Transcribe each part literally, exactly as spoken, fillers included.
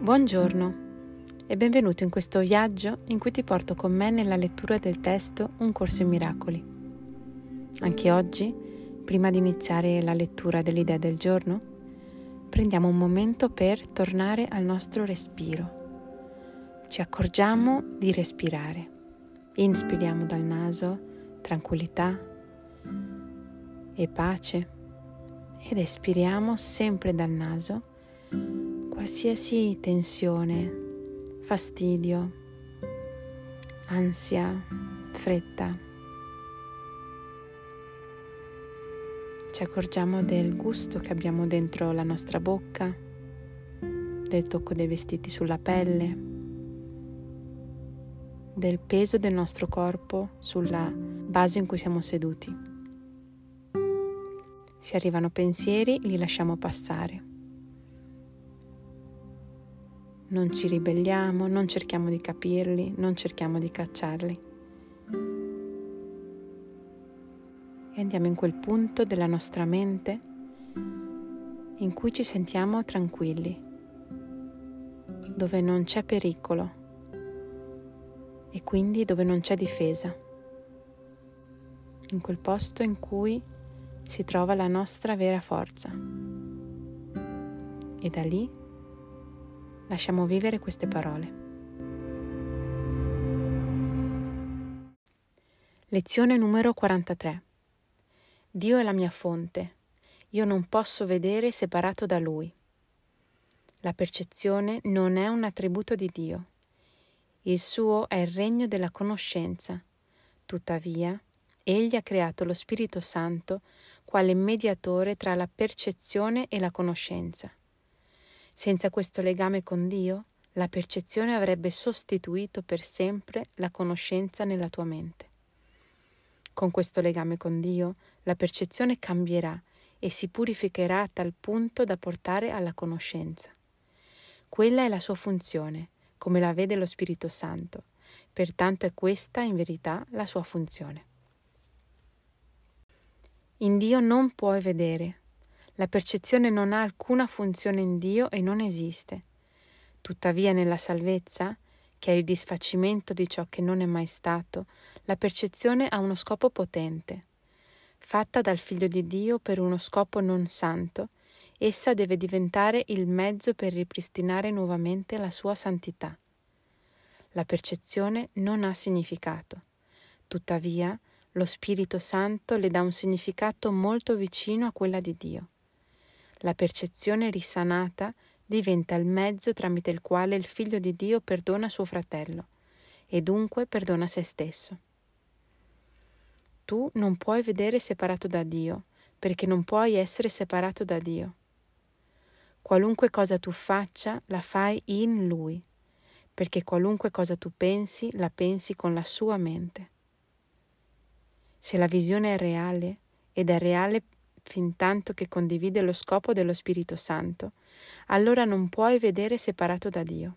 Buongiorno e benvenuto in questo viaggio in cui ti porto con me nella lettura del testo Un corso in miracoli. Anche oggi, prima di iniziare la lettura dell'idea del giorno, prendiamo un momento per tornare al nostro respiro. Ci accorgiamo di respirare. Inspiriamo dal naso tranquillità e pace ed espiriamo sempre dal naso qualsiasi tensione, fastidio, ansia, fretta. Ci accorgiamo del gusto che abbiamo dentro la nostra bocca, del tocco dei vestiti sulla pelle, del peso del nostro corpo sulla base in cui siamo seduti. Se arrivano pensieri, li lasciamo passare. Non ci ribelliamo, non cerchiamo di capirli, non cerchiamo di cacciarli. E andiamo in quel punto della nostra mente in cui ci sentiamo tranquilli, dove non c'è pericolo e quindi dove non c'è difesa. In quel posto in cui si trova la nostra vera forza. E da lì lasciamo vivere queste parole. Lezione numero quarantatré. Dio è la mia fonte. Io non posso vedere separato da Lui. La percezione non è un attributo di Dio. Il suo è il regno della conoscenza. Tuttavia, Egli ha creato lo Spirito Santo quale mediatore tra la percezione e la conoscenza. Senza questo legame con Dio, la percezione avrebbe sostituito per sempre la conoscenza nella tua mente. Con questo legame con Dio, la percezione cambierà e si purificherà a tal punto da portare alla conoscenza. Quella è la sua funzione, come la vede lo Spirito Santo. Pertanto è questa, in verità, la sua funzione. In Dio non puoi vedere. La percezione non ha alcuna funzione in Dio e non esiste. Tuttavia nella salvezza, che è il disfacimento di ciò che non è mai stato, la percezione ha uno scopo potente. Fatta dal Figlio di Dio per uno scopo non santo, essa deve diventare il mezzo per ripristinare nuovamente la sua santità. La percezione non ha significato. Tuttavia, lo Spirito Santo le dà un significato molto vicino a quella di Dio. La percezione risanata diventa il mezzo tramite il quale il Figlio di Dio perdona suo fratello e dunque perdona se stesso. Tu non puoi vedere separato da Dio, perché non puoi essere separato da Dio. Qualunque cosa tu faccia, la fai in Lui, perché qualunque cosa tu pensi, la pensi con la sua mente. Se la visione è reale, ed è reale fintanto che condivide lo scopo dello Spirito Santo, allora non puoi vedere separato da Dio.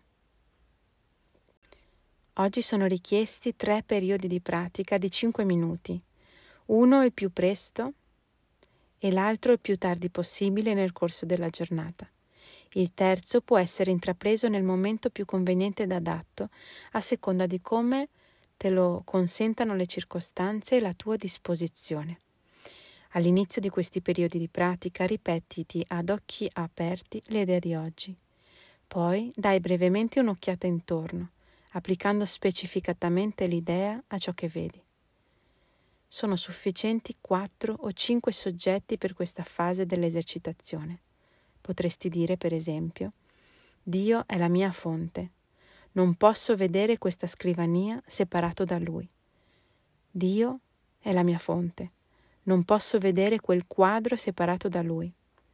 Oggi sono richiesti tre periodi di pratica di cinque minuti, uno il più presto e l'altro il più tardi possibile nel corso della giornata. Il terzo può essere intrapreso nel momento più conveniente ed adatto, a seconda di come te lo consentano le circostanze e la tua disposizione. All'inizio di questi periodi di pratica ripetiti ad occhi aperti l'idea di oggi. Poi dai brevemente un'occhiata intorno, applicando specificatamente l'idea a ciò che vedi. Sono sufficienti quattro o cinque soggetti per questa fase dell'esercitazione. Potresti dire, per esempio, Dio è la mia fonte. Non posso vedere questa scrivania separato da Lui. Dio è la mia fonte. Non posso vedere quel quadro separato da Lui.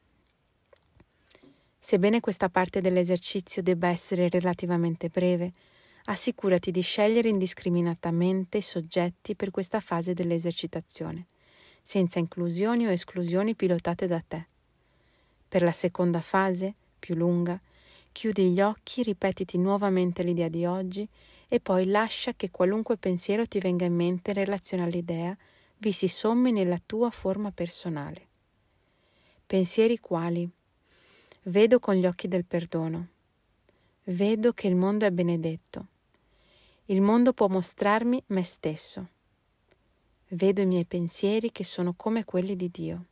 Sebbene questa parte dell'esercizio debba essere relativamente breve, assicurati di scegliere indiscriminatamente i soggetti per questa fase dell'esercitazione, senza inclusioni o esclusioni pilotate da te. Per la seconda fase, più lunga, chiudi gli occhi, ripetiti nuovamente l'idea di oggi e poi lascia che qualunque pensiero ti venga in mente in relazione all'idea vi si sommi nella tua forma personale. Pensieri quali: vedo con gli occhi del perdono, Vedo che il mondo è benedetto. Il mondo può mostrarmi me stesso. Vedo i miei pensieri che sono come quelli di Dio.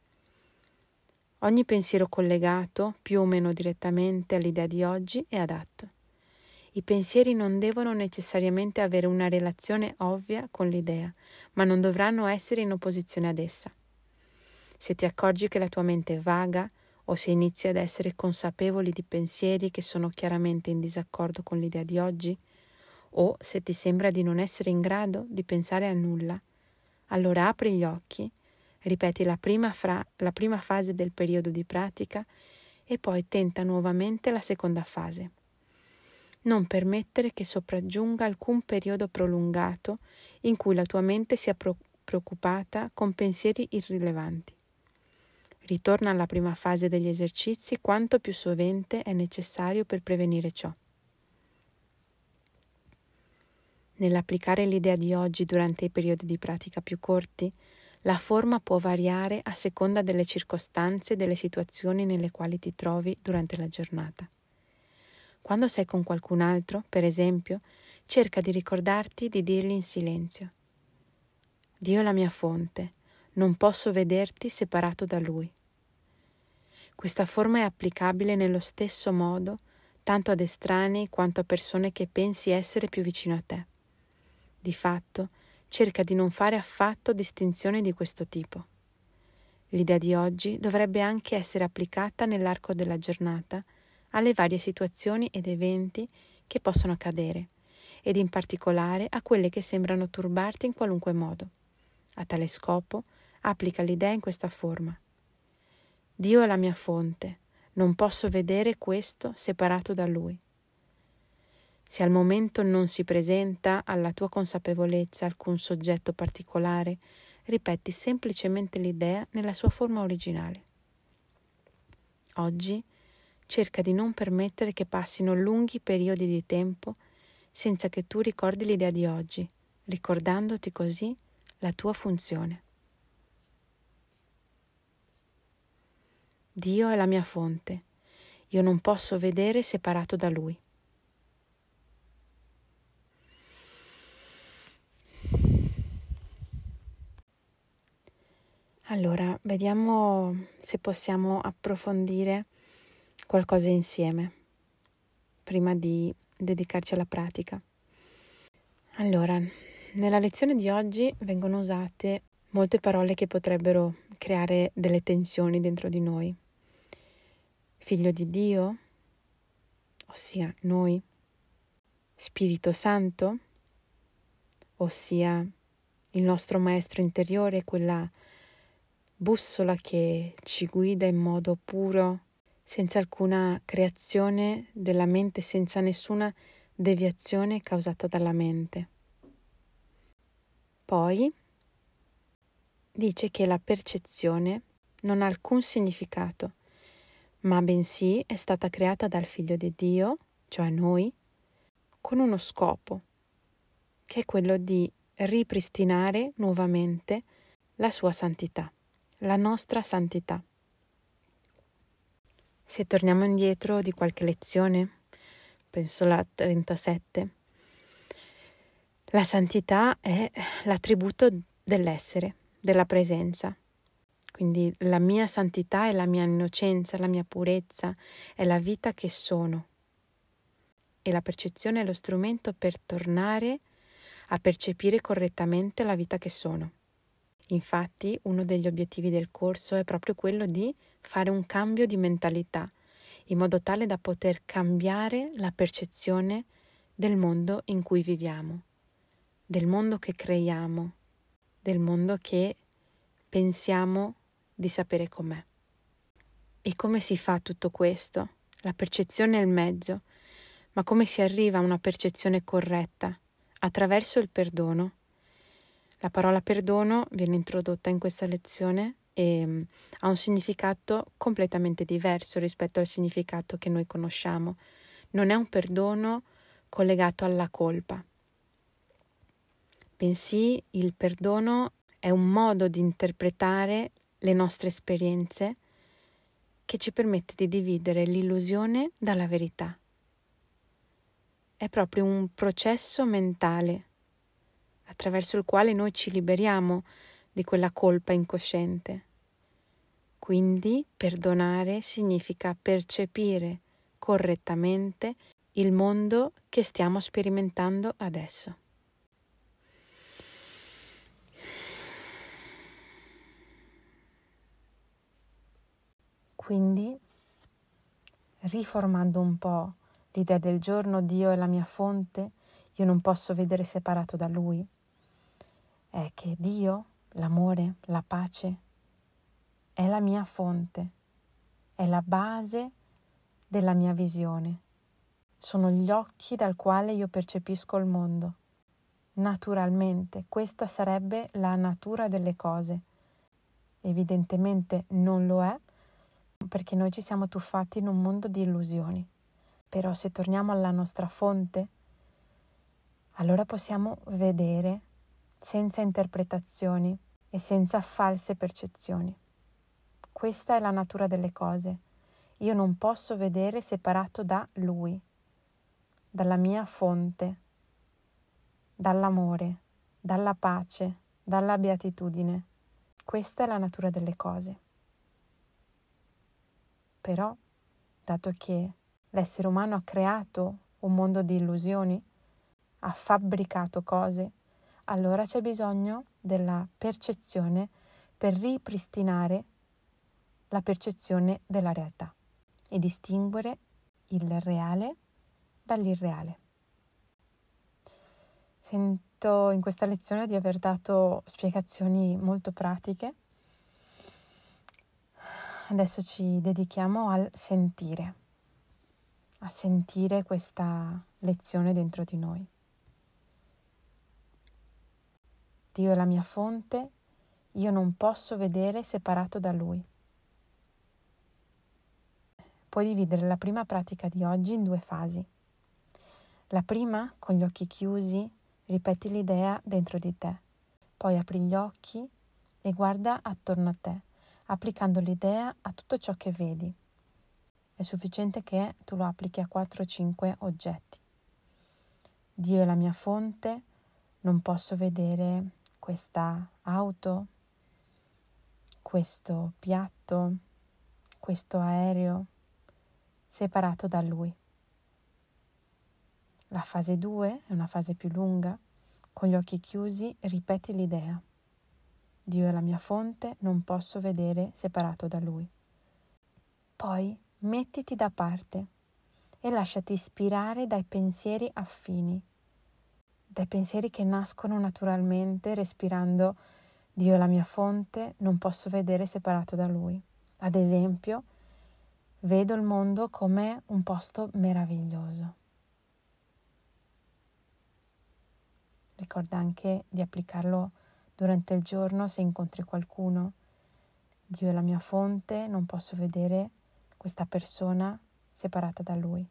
Ogni pensiero collegato, più o meno direttamente all'idea di oggi, è adatto. I pensieri non devono necessariamente avere una relazione ovvia con l'idea, ma non dovranno essere in opposizione ad essa. Se ti accorgi che la tua mente è vaga, o se inizi ad essere consapevoli di pensieri che sono chiaramente in disaccordo con l'idea di oggi, o se ti sembra di non essere in grado di pensare a nulla, allora apri gli occhi, ripeti la prima, fra- la prima fase del periodo di pratica e poi tenta nuovamente la seconda fase. Non permettere che sopraggiunga alcun periodo prolungato in cui la tua mente sia pro- preoccupata con pensieri irrilevanti. Ritorna alla prima fase degli esercizi quanto più sovente è necessario per prevenire ciò. Nell'applicare l'idea di oggi durante i periodi di pratica più corti, la forma può variare a seconda delle circostanze e delle situazioni nelle quali ti trovi durante la giornata. Quando sei con qualcun altro, per esempio, cerca di ricordarti di dirgli in silenzio: Dio è la mia fonte, non posso vederti separato da Lui. Questa forma è applicabile nello stesso modo tanto ad estranei quanto a persone che pensi essere più vicino a te. Di fatto, cerca di non fare affatto distinzioni di questo tipo. L'idea di oggi dovrebbe anche essere applicata nell'arco della giornata alle varie situazioni ed eventi che possono accadere, ed in particolare a quelle che sembrano turbarti in qualunque modo. A tale scopo, applica l'idea in questa forma. Dio è la mia fonte, non posso vedere questo separato da Lui. Se al momento non si presenta alla tua consapevolezza alcun soggetto particolare, ripeti semplicemente l'idea nella sua forma originale. Oggi cerca di non permettere che passino lunghi periodi di tempo senza che tu ricordi l'idea di oggi, ricordandoti così la tua funzione. Dio è la mia fonte, io non posso vedere separato da Lui. Allora, vediamo se possiamo approfondire qualcosa insieme prima di dedicarci alla pratica. Allora, nella lezione di oggi vengono usate molte parole che potrebbero creare delle tensioni dentro di noi. Figlio di Dio, ossia noi. Spirito Santo, ossia il nostro maestro interiore, quella bussola che ci guida in modo puro, senza alcuna creazione della mente, senza nessuna deviazione causata dalla mente. Poi dice che la percezione non ha alcun significato, ma bensì è stata creata dal Figlio di Dio, cioè noi, con uno scopo, che è quello di ripristinare nuovamente la sua santità, la nostra santità. Se torniamo indietro di qualche lezione, penso la trentasette, la santità è l'attributo dell'essere, della presenza. Quindi la mia santità è la mia innocenza, la mia purezza, è la vita che sono. E la percezione è lo strumento per tornare a percepire correttamente la vita che sono. Infatti, uno degli obiettivi del corso è proprio quello di fare un cambio di mentalità, in modo tale da poter cambiare la percezione del mondo in cui viviamo, del mondo che creiamo, del mondo che pensiamo di sapere com'è. E come si fa tutto questo? La percezione è il mezzo, ma come si arriva a una percezione corretta? Attraverso il perdono. La parola perdono viene introdotta in questa lezione e um, ha un significato completamente diverso rispetto al significato che noi conosciamo. Non è un perdono collegato alla colpa, bensì il perdono è un modo di interpretare le nostre esperienze che ci permette di dividere l'illusione dalla verità. è proprio un processo mentale attraverso il quale noi ci liberiamo di quella colpa incosciente. Quindi perdonare significa percepire correttamente il mondo che stiamo sperimentando adesso. Quindi, riformando un po' l'idea del giorno, Dio è la mia fonte, io non posso vedere separato da Lui, è che Dio, l'amore, la pace, è la mia fonte, è la base della mia visione. Sono gli occhi dal quale io percepisco il mondo. Naturalmente, questa sarebbe la natura delle cose. Evidentemente non lo è, perché noi ci siamo tuffati in un mondo di illusioni. Però se torniamo alla nostra fonte, allora possiamo vedere senza interpretazioni e senza false percezioni. Questa è la natura delle cose. Io non posso vedere separato da Lui, dalla mia fonte, dall'amore, dalla pace, dalla beatitudine. Questa è la natura delle cose. Però, dato che l'essere umano ha creato un mondo di illusioni, ha fabbricato cose, allora c'è bisogno della percezione per ripristinare la percezione della realtà e distinguere il reale dall'irreale. Sento in questa lezione di aver dato spiegazioni molto pratiche. Adesso ci dedichiamo al sentire, a sentire questa lezione dentro di noi. Dio è la mia fonte, io non posso vedere separato da Lui. Puoi dividere la prima pratica di oggi in due fasi. La prima, con gli occhi chiusi, ripeti l'idea dentro di te. Poi apri gli occhi e guarda attorno a te, applicando l'idea a tutto ciò che vedi. È sufficiente che tu lo applichi a quattro o cinque oggetti. Dio è la mia fonte, non posso vedere questa auto, questo piatto, questo aereo, separato da Lui. La fase due è una fase più lunga. Con gli occhi chiusi ripeti l'idea. Dio è la mia fonte, non posso vedere separato da Lui. Poi mettiti da parte e lasciati ispirare dai pensieri affini, dai pensieri che nascono naturalmente respirando Dio è la mia fonte, non posso vedere separato da Lui. Ad esempio, vedo il mondo come un posto meraviglioso. Ricorda anche di applicarlo durante il giorno se incontri qualcuno. Dio è la mia fonte, non posso vedere questa persona separata da Lui.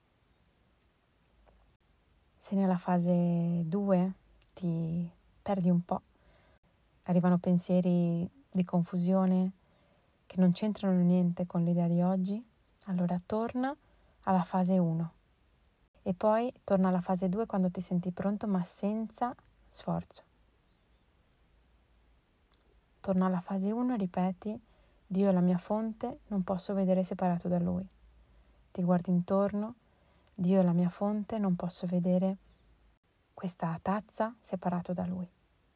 Se nella fase due ti perdi un po', arrivano pensieri di confusione che non c'entrano niente con l'idea di oggi, allora torna alla fase uno. E poi torna alla fase due quando ti senti pronto, ma senza sforzo. Torna alla fase uno e ripeti: Dio è la mia fonte, non posso vedere separato da Lui. Ti guardi intorno, Dio è la mia fonte, non posso vedere questa tazza separato da Lui.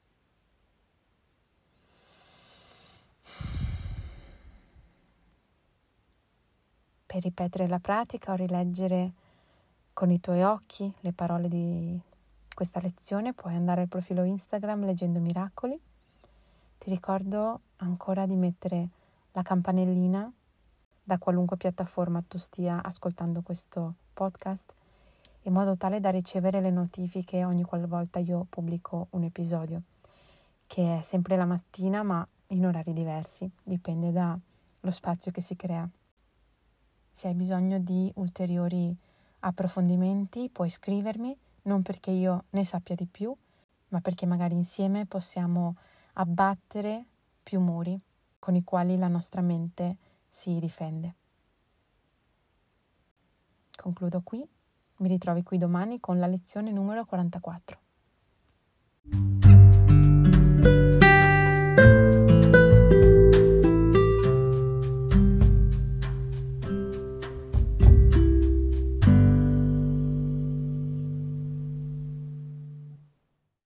Per ripetere la pratica o rileggere con i tuoi occhi le parole di questa lezione puoi andare al profilo Instagram Leggendo Miracoli. Ti ricordo ancora di mettere la campanellina da qualunque piattaforma tu stia ascoltando questo podcast, in modo tale da ricevere le notifiche ogni qualvolta io pubblico un episodio, che è sempre la mattina ma in orari diversi, dipende dallo spazio che si crea. Se hai bisogno di ulteriori approfondimenti puoi scrivermi, non perché io ne sappia di più, ma perché magari insieme possiamo abbattere più muri con i quali la nostra mente si difende. Concludo qui, Mi ritrovi qui domani con la lezione numero quarantaquattro.